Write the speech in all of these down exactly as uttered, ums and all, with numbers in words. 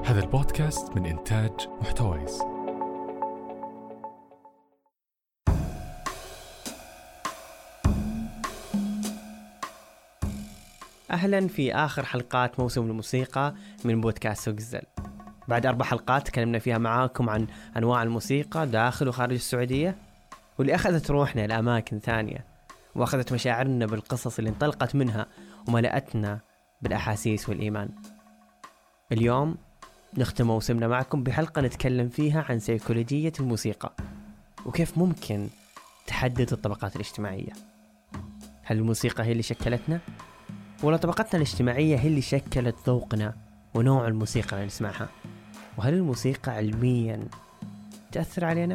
هذا البودكاست من إنتاج محتويس. أهلا في آخر حلقات موسم الموسيقى من بودكاست سوق الزل. بعد أربع حلقات تكلمنا فيها معاكم عن أنواع الموسيقى داخل وخارج السعودية، واللي أخذت روحنا لأماكن ثانية، وأخذت مشاعرنا بالقصص اللي انطلقت منها وملأتنا بالأحاسيس والإيمان. اليوم نختم موسمنا معكم بحلقة نتكلم فيها عن سيكولوجية الموسيقى وكيف ممكن تحدد الطبقات الاجتماعية. هل الموسيقى هي اللي شكلتنا؟ ولا طبقتنا الاجتماعية هي اللي شكلت ذوقنا ونوع الموسيقى اللي نسمعها؟ وهل الموسيقى علميا تأثر علينا؟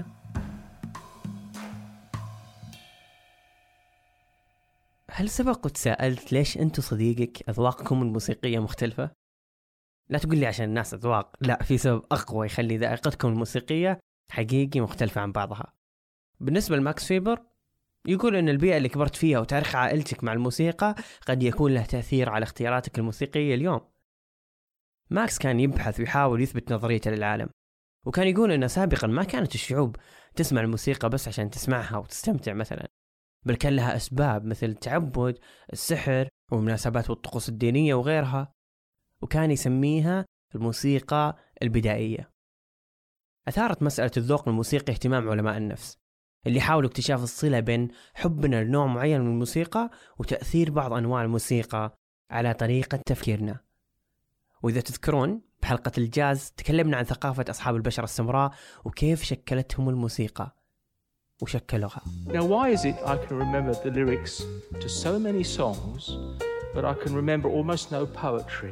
هل سبق وتساءلت ليش أنت صديقك أذواقكم الموسيقية مختلفة؟ لا تقول لي عشان الناس أذواق، لا، في سبب أقوى يخلي ذائقتكم الموسيقية حقيقي مختلفة عن بعضها. بالنسبة لماكس فيبر يقول أن البيئة اللي كبرت فيها وتاريخ عائلتك مع الموسيقى قد يكون له تأثير على اختياراتك الموسيقية اليوم. ماكس كان يبحث ويحاول يثبت نظريته للعالم، وكان يقول أن سابقا ما كانت الشعوب تسمع الموسيقى بس عشان تسمعها وتستمتع مثلا، بل كان لها أسباب مثل التعبد، السحر، والمناسبات والطقوس الدينية وغيرها، وكان يسميها الموسيقى البدائية. أثارت مسألة الذوق الموسيقي اهتمام علماء النفس اللي حاولوا اكتشاف الصلة بين حبنا لنوع معين من الموسيقى وتأثير بعض أنواع الموسيقى على طريقة تفكيرنا. وإذا تذكرون بحلقة الجاز تكلمنا عن ثقافة أصحاب البشرة السمراء وكيف شكلتهم الموسيقى وشكلوها. Now why is it I can remember the lyrics to so many songs but I can remember almost no poetry?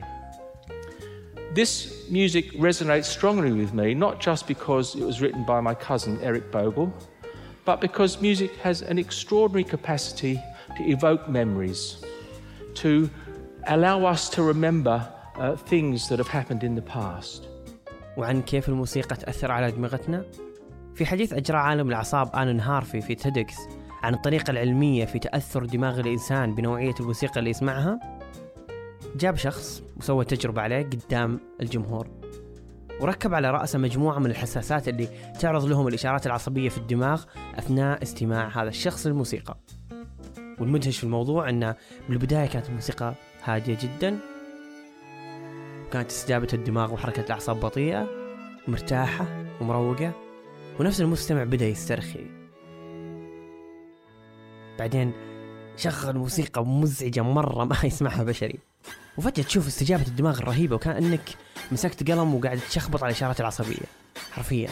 This music resonates strongly with me, not just because it was written by my cousin Eric Bogle, but because music has an extraordinary capacity to evoke memories, to allow us to remember uh, things that have happened in the past. وعن كيف الموسيقى تأثر على دماغتنا؟ في حديث أجرى عالم الأعصاب آلان هارفي في تيدكس عن الطريقة العلمية في تأثر دماغ الإنسان بنوعية الموسيقى اللي يسمعها، جاب شخص وسوى تجربة عليه قدام الجمهور، وركب على رأسه مجموعة من الحساسات اللي تعرض لهم الإشارات العصبية في الدماغ أثناء استماع هذا الشخص للموسيقى. والمدهش في الموضوع أنه بالبداية كانت الموسيقى هادية جدا، وكانت استجابة الدماغ وحركة الأعصاب بطيئة مرتاحة ومروقة، ونفس المستمع بدأ يسترخي. بعدين شغل موسيقى مزعجة مرة ما يسمعها بشري، وفجأة تشوف استجابة الدماغ الرهيبة، وكأنك مسكت قلم وقاعد تشخبط على الإشارات العصبية حرفيا.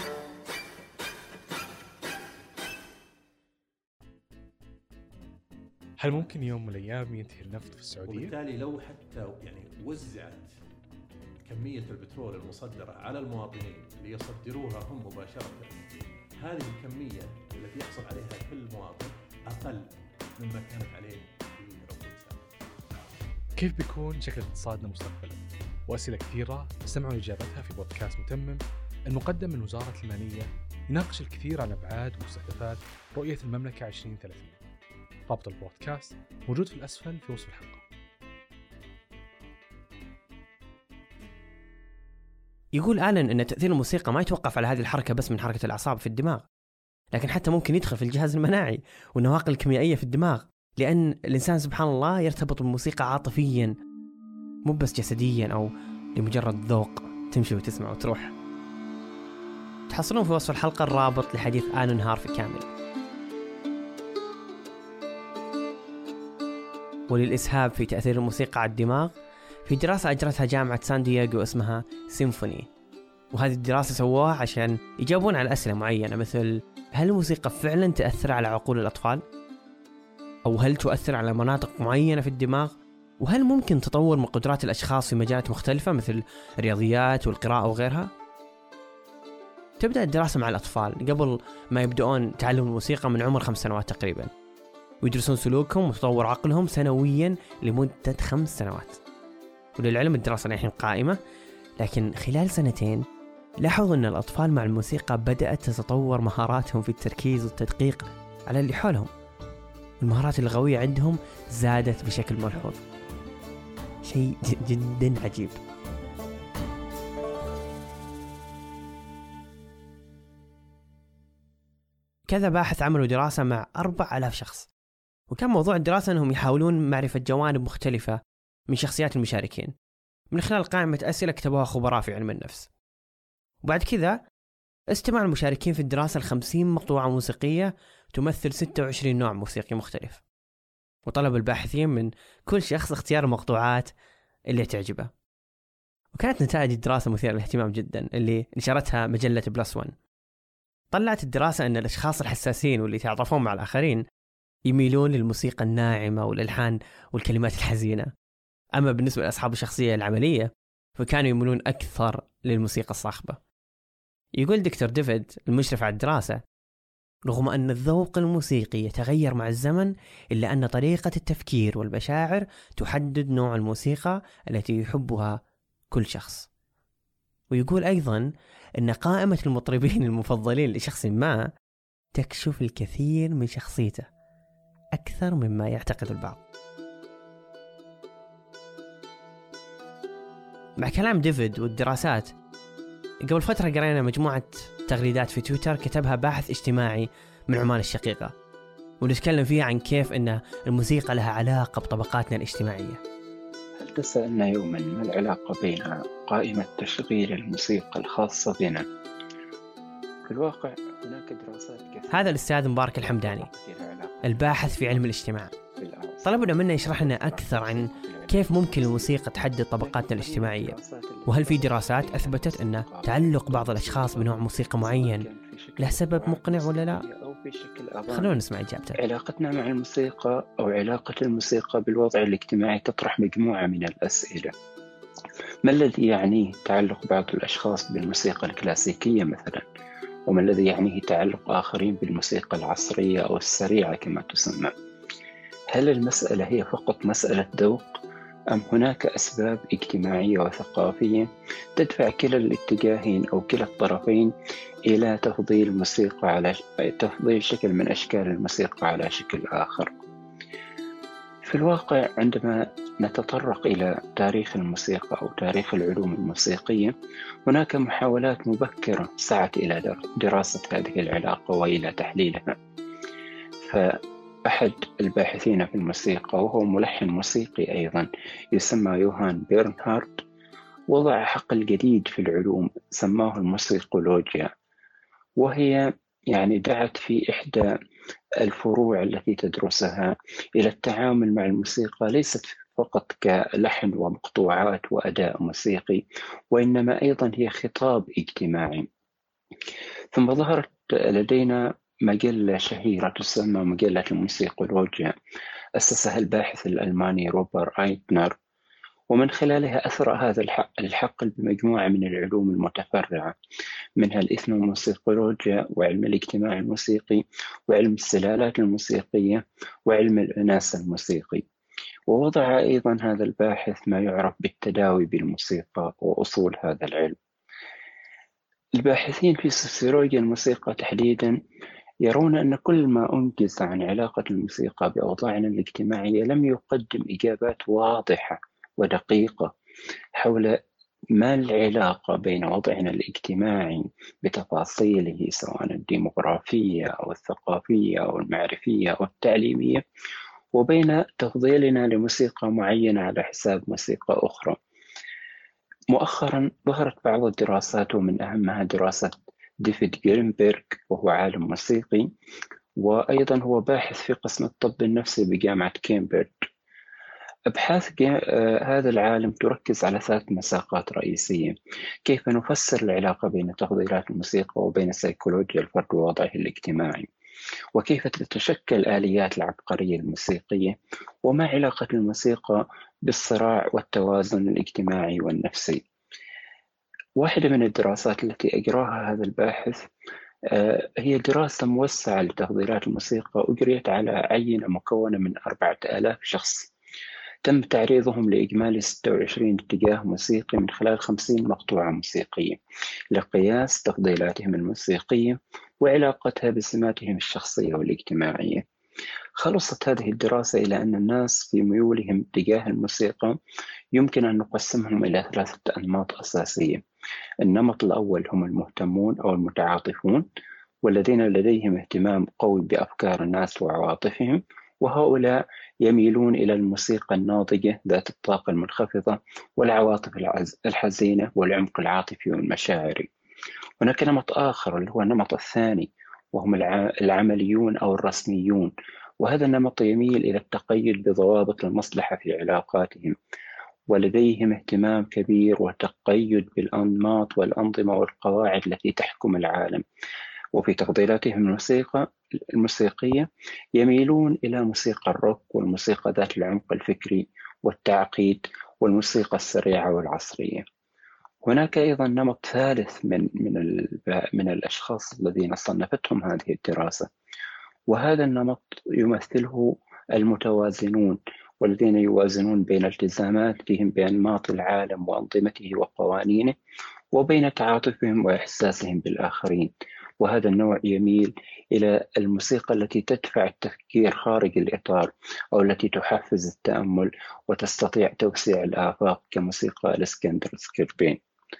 هل ممكن يوم من الأيام ينتهي النفط في السعودية؟ وبالتالي لو حتى يعني وزعت كمية البترول المصدرة على المواطنين ليصدروها هم مباشرة، هذه الكمية التي يحصل عليها كل مواطن أقل مما كانت عليه في عقود سابقة. كيف بيكون شكل اقتصادنا مستقبلا؟ وأسئلة كثيرة سمعوا إجابتها في بودكاست متمم المقدم من وزارة المالية، يناقش الكثير عن أبعاد ومستهدفات رؤية المملكة عشرين ثلاثين. رابط البودكاست موجود في الأسفل في وصف الحلقة. يقول آلان أن تأثير الموسيقى ما يتوقف على هذه الحركة بس من حركة الأعصاب في الدماغ، لكن حتى ممكن يدخل في الجهاز المناعي والنواقل الكيميائية في الدماغ، لأن الإنسان سبحان الله يرتبط بالموسيقى عاطفيا مو بس جسديا أو لمجرد ذوق تمشي وتسمع وتروح. تحصلون في وصف الحلقة الرابط لحديث آلان هارفي كامل. وللإسهاب في تأثير الموسيقى على الدماغ، في دراسة أجرتها جامعة سان دييغو اسمها سيمفوني، وهذه الدراسة سووها عشان يجاوبون على أسئلة معينة، مثل هل الموسيقى فعلا تأثر على عقول الأطفال؟ أو هل تؤثر على مناطق معينة في الدماغ؟ وهل ممكن تطور من قدرات الأشخاص في مجالات مختلفة مثل الرياضيات والقراءة وغيرها؟ تبدأ الدراسة مع الأطفال قبل ما يبدأون تعلم الموسيقى من عمر خمس سنوات تقريبا، ويدرسون سلوكهم وتطور عقلهم سنويا لمدة خمس سنوات. وللعلم الدراسة الحين قائمة، لكن خلال سنتين لاحظوا أن الأطفال مع الموسيقى بدأت تتطور مهاراتهم في التركيز والتدقيق على اللي حولهم، والمهارات اللغوية عندهم زادت بشكل ملحوظ. شيء جدا عجيب. كذا باحث عملوا دراسة مع أربعة آلاف شخص، وكان موضوع الدراسة أنهم يحاولون معرفة جوانب مختلفة من شخصيات المشاركين من خلال قائمة أسئلة كتبوها خبراء في علم النفس. وبعد كذا استمع المشاركين في الدراسة لخمسين مقطوعة موسيقية تمثل ستة وعشرين نوع موسيقي مختلف، وطلب الباحثين من كل شخص اختيار المقطوعات اللي تعجبه. وكانت نتائج الدراسة مثيرة للاهتمام جدا اللي نشرتها مجلة بلس ون. طلعت الدراسة أن الأشخاص الحساسين واللي يتعاطفون مع الآخرين يميلون للموسيقى الناعمة والألحان والكلمات الحزينة، أما بالنسبة لأصحاب الشخصية العملية فكانوا يميلون أكثر للموسيقى الصاخبة. يقول دكتور ديفيد المشرف على الدراسة: رغم أن الذوق الموسيقي يتغير مع الزمن، إلا أن طريقة التفكير والمشاعر تحدد نوع الموسيقى التي يحبها كل شخص. ويقول أيضا أن قائمة المطربين المفضلين لشخص ما تكشف الكثير من شخصيته أكثر مما يعتقد البعض. مع كلام ديفيد والدراسات، قبل فترة قرأنا مجموعة تغريدات في تويتر كتبها باحث اجتماعي من عمان الشقيقة، ونتكلم فيها عن كيف أن الموسيقى لها علاقة بطبقاتنا الاجتماعية. هل تسألنا يوما ما العلاقة بين قائمة تشغيل الموسيقى الخاصة بنا؟ في الواقع هناك دراسات كثيرة. هذا الأستاذ مبارك الحمداني الباحث في علم الاجتماع، طلبنا منه يشرح لنا أكثر عن كيف ممكن الموسيقى تحدد طبقاتنا الاجتماعية، وهل في دراسات أثبتت أن تعلق بعض الأشخاص بنوع موسيقى معين له سبب مقنع ولا لا؟ خلونا نسمع إجابته. علاقتنا مع الموسيقى أو علاقة الموسيقى بالوضع الاجتماعي تطرح مجموعة من الأسئلة. ما الذي يعنيه تعلق بعض الأشخاص بالموسيقى الكلاسيكية مثلا؟ وما الذي يعنيه تعلق آخرين بالموسيقى العصرية أو السريعة كما تسمى؟ هل المسألة هي فقط مسألة ذوق، أم هناك أسباب اجتماعية وثقافية تدفع كلا الاتجاهين أو كلا الطرفين إلى تفضيل الموسيقى على تفضيل شكل من أشكال الموسيقى على شكل آخر؟ في الواقع عندما نتطرق إلى تاريخ الموسيقى أو تاريخ العلوم الموسيقية، هناك محاولات مبكرة سعت إلى دراسة هذه العلاقة وإلى تحليلها. فأحد الباحثين في الموسيقى وهو ملحن موسيقي أيضا يسمى يوهان بيرنهارد وضع حقل جديد في العلوم سماه الموسيقولوجيا، وهي يعني دعت في إحدى الفروع التي تدرسها إلى التعامل مع الموسيقى ليست فقط كلحن ومقطوعات وأداء موسيقي، وإنما أيضا هي خطاب اجتماعي. ثم ظهرت لدينا مجلة شهيرة تسمى مجلة الموسيقولوجيا، أسسها الباحث الألماني روبرت أيتنر، ومن خلالها أثرى هذا الحقل بمجموعة من العلوم المتفرعة، منها الإثنوموسيقولوجيا وعلم الاجتماع الموسيقي وعلم السلالات الموسيقية وعلم الإناث الموسيقي. ووضع أيضا هذا الباحث ما يعرف بالتداوي بالموسيقى وأصول هذا العلم. الباحثين في سوسيولوجيا الموسيقى تحديدا يرون أن كل ما أنجز عن علاقة الموسيقى بأوضاعنا الاجتماعية لم يقدم إجابات واضحة ودقيقة حول ما العلاقة بين وضعنا الاجتماعي بتفاصيله سواء الديموغرافية أو الثقافية أو المعرفية أو التعليمية، وبين تفضيلنا لموسيقى معينة على حساب موسيقى أخرى. مؤخرا ظهرت بعض الدراسات ومن أهمها دراسة ديفيد جرينبرغ وهو عالم موسيقي وأيضا هو باحث في قسم الطب النفسي بجامعة كامبريدج. أبحاث هذا العالم تركز على ثلاث مساقات رئيسية: كيف نفسر العلاقة بين تفضيلات الموسيقى وبين سيكولوجيا الفرد ووضعه الاجتماعي، وكيف تتشكل آليات العبقرية الموسيقية، وما علاقة الموسيقى بالصراع والتوازن الاجتماعي والنفسي. واحدة من الدراسات التي أجراها هذا الباحث هي دراسة موسعة لتفضيلات الموسيقى أجريت على عينة مكونة من أربعة آلاف شخص، تم تعريضهم لإجمالي ستة وعشرين اتجاه موسيقي من خلال خمسين مقطوعة موسيقية لقياس تفضيلاتهم الموسيقية وعلاقتها بسماتهم الشخصية والاجتماعية. خلصت هذه الدراسة إلى أن الناس في ميولهم تجاه الموسيقى يمكن أن نقسمهم إلى ثلاثة أنماط أساسية. النمط الأول هم المهتمون أو المتعاطفون، والذين لديهم اهتمام قوي بأفكار الناس وعواطفهم، وهؤلاء يميلون إلى الموسيقى الناضجة ذات الطاقة المنخفضة والعواطف الحزينة والعمق العاطفي والمشاعري. هناك نمط آخر اللي هو النمط الثاني، وهم العمليون أو الرسميون، وهذا النمط يميل إلى التقيد بضوابط المصلحة في علاقاتهم، ولديهم اهتمام كبير وتقيد بالأنماط والأنظمة والقواعد التي تحكم العالم. وفي تفضيلاتهم الموسيقى الموسيقية يميلون إلى موسيقى الروك والموسيقى ذات العمق الفكري والتعقيد والموسيقى السريعة والعصرية. هناك أيضا نمط ثالث من من من الأشخاص الذين صنفتهم هذه الدراسة، وهذا النمط يمثله المتوازنون، والذين يوازنون بين التزاماتهم بأنماط العالم وأنظمته وقوانينه وبين تعاطفهم وإحساسهم بالآخرين. وهذا النوع يميل إلى الموسيقى التي تدفع التفكير خارج الإطار، أو التي تحفز التأمل وتستطيع توسيع الآفاق كموسيقى الإسكندر سكربين.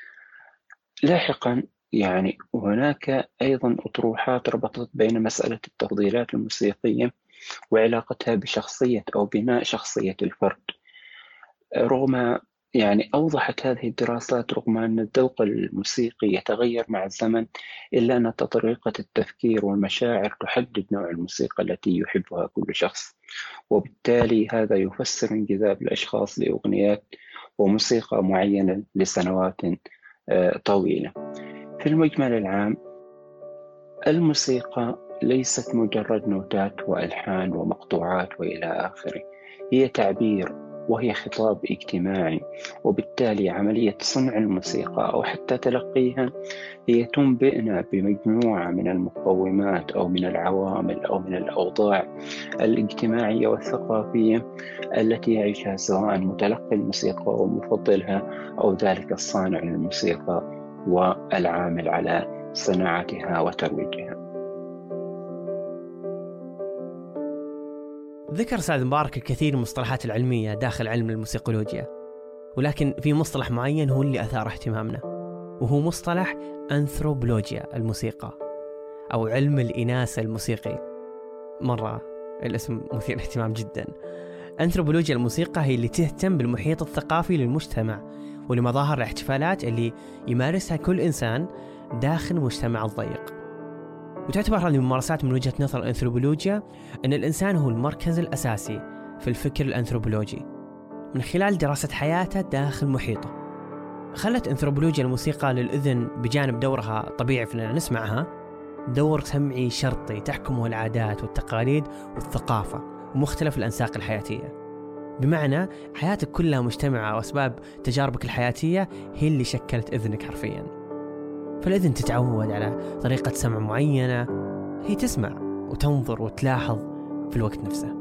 لاحقا يعني هناك أيضا أطروحات ربطت بين مسألة التفضيلات الموسيقية وعلاقتها بشخصية أو بناء شخصية الفرد. رغم يعني أوضحت هذه الدراسات رغم أن الذوق الموسيقي يتغير مع الزمن، إلا أن طريقة التفكير والمشاعر تحدد نوع الموسيقى التي يحبها كل شخص، وبالتالي هذا يفسر انجذاب الأشخاص لأغنيات وموسيقى معينة لسنوات طويلة. في المجمل العام الموسيقى ليست مجرد نوتات وألحان ومقطوعات وإلى آخره، هي تعبير وهي خطاب اجتماعي، وبالتالي عملية صنع الموسيقى أو حتى تلقيها هي تنبئنا بمجموعة من المقومات أو من العوامل أو من الأوضاع الاجتماعية والثقافية التي يعيشها سواء متلقي الموسيقى ومفضلها أو ذلك الصانع للموسيقى والعامل على صناعتها وترويجها. ذكر أستاذ مبارك الكثير من المصطلحات العلمية داخل علم الموسيقولوجيا، ولكن في مصطلح معين هو اللي أثار اهتمامنا، وهو مصطلح أنثروبولوجيا الموسيقى أو علم الإناثة الموسيقي. مرة الاسم مثير اهتمام جدا. أنثروبولوجيا الموسيقى هي اللي تهتم بالمحيط الثقافي للمجتمع ولمظاهر الاحتفالات اللي يمارسها كل إنسان داخل المجتمع الضيق. وتعتبر هذه الممارسات من وجهة نظر الأنثروبولوجيا أن الإنسان هو المركز الأساسي في الفكر الأنثروبولوجي من خلال دراسة حياته داخل محيطه. خلت أنثروبولوجيا الموسيقى للأذن بجانب دورها طبيعي في أننا نسمعها دور سمعي شرطي تحكمه العادات والتقاليد والثقافة ومختلف الأنساق الحياتية، بمعنى حياتك كلها مجتمعة وأسباب تجاربك الحياتية هي اللي شكلت أذنك حرفياً. فالأذن تتعود على طريقة سمع معينة، هي تسمع وتنظر وتلاحظ في الوقت نفسه.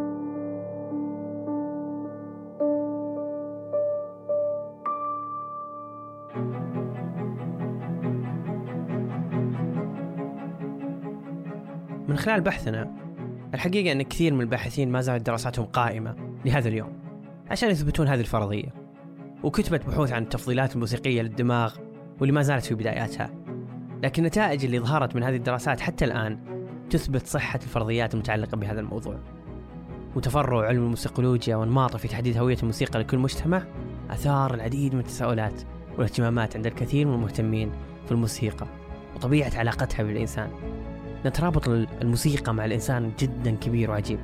من خلال بحثنا الحقيقة أن كثير من الباحثين ما زالت دراساتهم قائمة لهذا اليوم عشان يثبتون هذه الفرضية، وكتبت بحوث عن التفضيلات الموسيقية للدماغ واللي ما زالت في بداياتها، لكن النتائج اللي ظهرت من هذه الدراسات حتى الآن تثبت صحة الفرضيات المتعلقة بهذا الموضوع. وتفرع علم الموسيقولوجيا وانماطه في تحديد هوية الموسيقى لكل مجتمع أثار العديد من التساؤلات والاهتمامات عند الكثير من المهتمين في الموسيقى وطبيعة علاقتها بالإنسان. نترابط الموسيقى مع الإنسان جدا كبير وعجيب.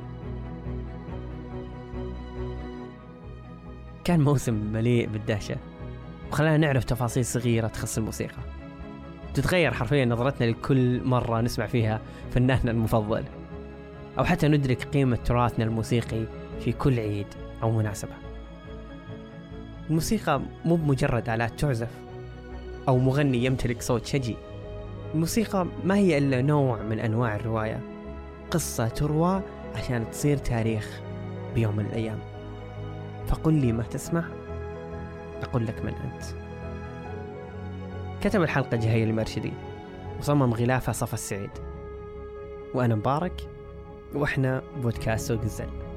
كان موسم مليء بالدهشة وخلانا نعرف تفاصيل صغيرة تخص الموسيقى، تتغير حرفيا نظرتنا لكل مرة نسمع فيها فناننا المفضل، أو حتى ندرك قيمة تراثنا الموسيقي في كل عيد أو مناسبة. الموسيقى مو بمجرد آلات تعزف أو مغني يمتلك صوت شجي. الموسيقى ما هي إلا نوع من أنواع الرواية، قصة تروى عشان تصير تاريخ بيوم من الأيام. فقل لي ما تسمع أقول لك من أنت. كتب الحلقة جهيل المرشدي وصمم غلافها صفا السعيد، وأنا مبارك، وإحنا بودكاست سوق الزل.